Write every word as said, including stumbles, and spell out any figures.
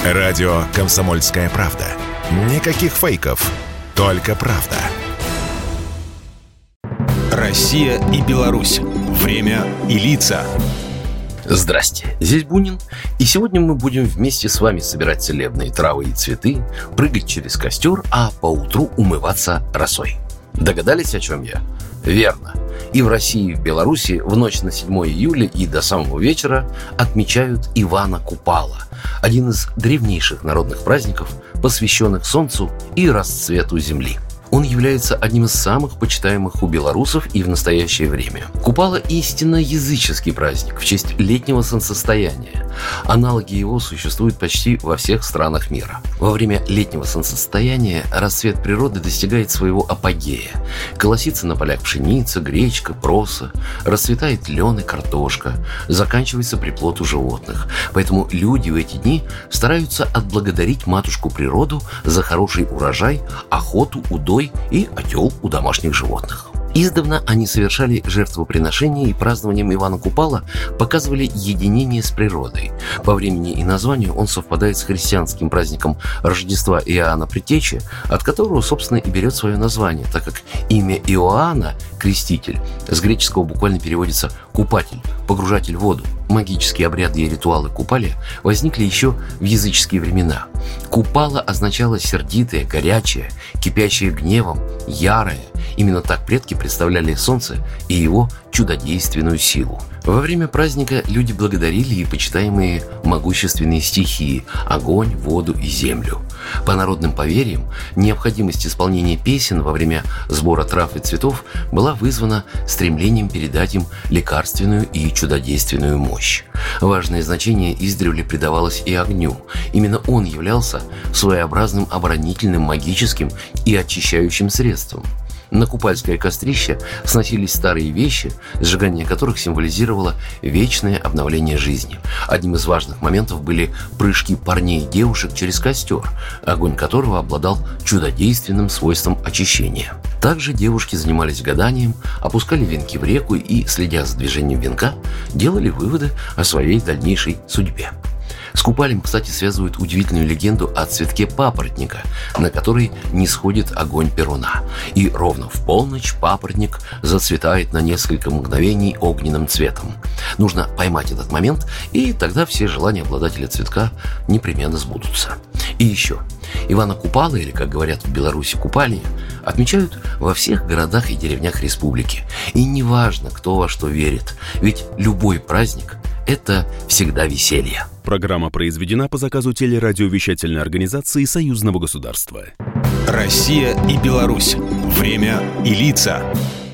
Радио «Комсомольская правда». Никаких фейков, только правда. Россия и Беларусь. Время и лица. Здрасте, здесь Бунин, и сегодня мы будем вместе с вами собирать целебные травы и цветы, прыгать через костер, а поутру умываться росой. Догадались, о чем я? Верно. И в России, и в Беларуси в ночь на седьмое июля и до самого вечера отмечают Ивана Купала, один из древнейших народных праздников, посвященных солнцу и расцвету земли. Он является одним из самых почитаемых у белорусов и в настоящее время. Купала – истинно языческий праздник в честь летнего солнцестояния. Аналоги его существуют почти во всех странах мира. Во время летнего солнцестояния расцвет природы достигает своего апогея. Колосится на полях пшеница, гречка, проса, расцветает лен и картошка, заканчивается приплод у животных. Поэтому люди в эти дни стараются отблагодарить матушку природу за хороший урожай, охоту, удой и отел у домашних животных. Издавна они совершали жертвоприношения и празднованием Ивана Купала показывали единение с природой. По времени и названию он совпадает с христианским праздником Рождества Иоанна Предтечи, от которого, собственно, и берет свое название, так как имя Иоанна, креститель, с греческого буквально переводится «купатель», «погружатель в воду». Магические обряды и ритуалы Купали возникли еще в языческие времена. Купала означало сердитое, горячее, кипящее гневом, ярое. Именно так предки представляли солнце и его чудодейственную силу. Во время праздника люди благодарили и почитаемые могущественные стихии – огонь, воду и землю. По народным поверьям, необходимость исполнения песен во время сбора трав и цветов была вызвана стремлением передать им лекарственную и чудодейственную мощь. Важное значение издревле придавалось и огню. Именно он являлся своеобразным оборонительным, магическим и очищающим средством. На купальское кострище сносились старые вещи, сжигание которых символизировало вечное обновление жизни. Одним из важных моментов были прыжки парней и девушек через костер, огонь которого обладал чудодейственным свойством очищения. Также девушки занимались гаданием, опускали венки в реку и, следя за движением венка, делали выводы о своей дальнейшей судьбе. С Купалем, кстати, связывают удивительную легенду о цветке папоротника, на который не сходит огонь перуна. И ровно в полночь папоротник зацветает на несколько мгновений огненным цветом. Нужно поймать этот момент, и тогда все желания обладателя цветка непременно сбудутся. И еще. Ивана Купала, или, как говорят в Беларуси, Купальня, отмечают во всех городах и деревнях республики. И неважно, кто во что верит, ведь любой праздник – это всегда веселье. Программа произведена по заказу телерадиовещательной организации Союзного государства. Россия и Беларусь. Время и лица.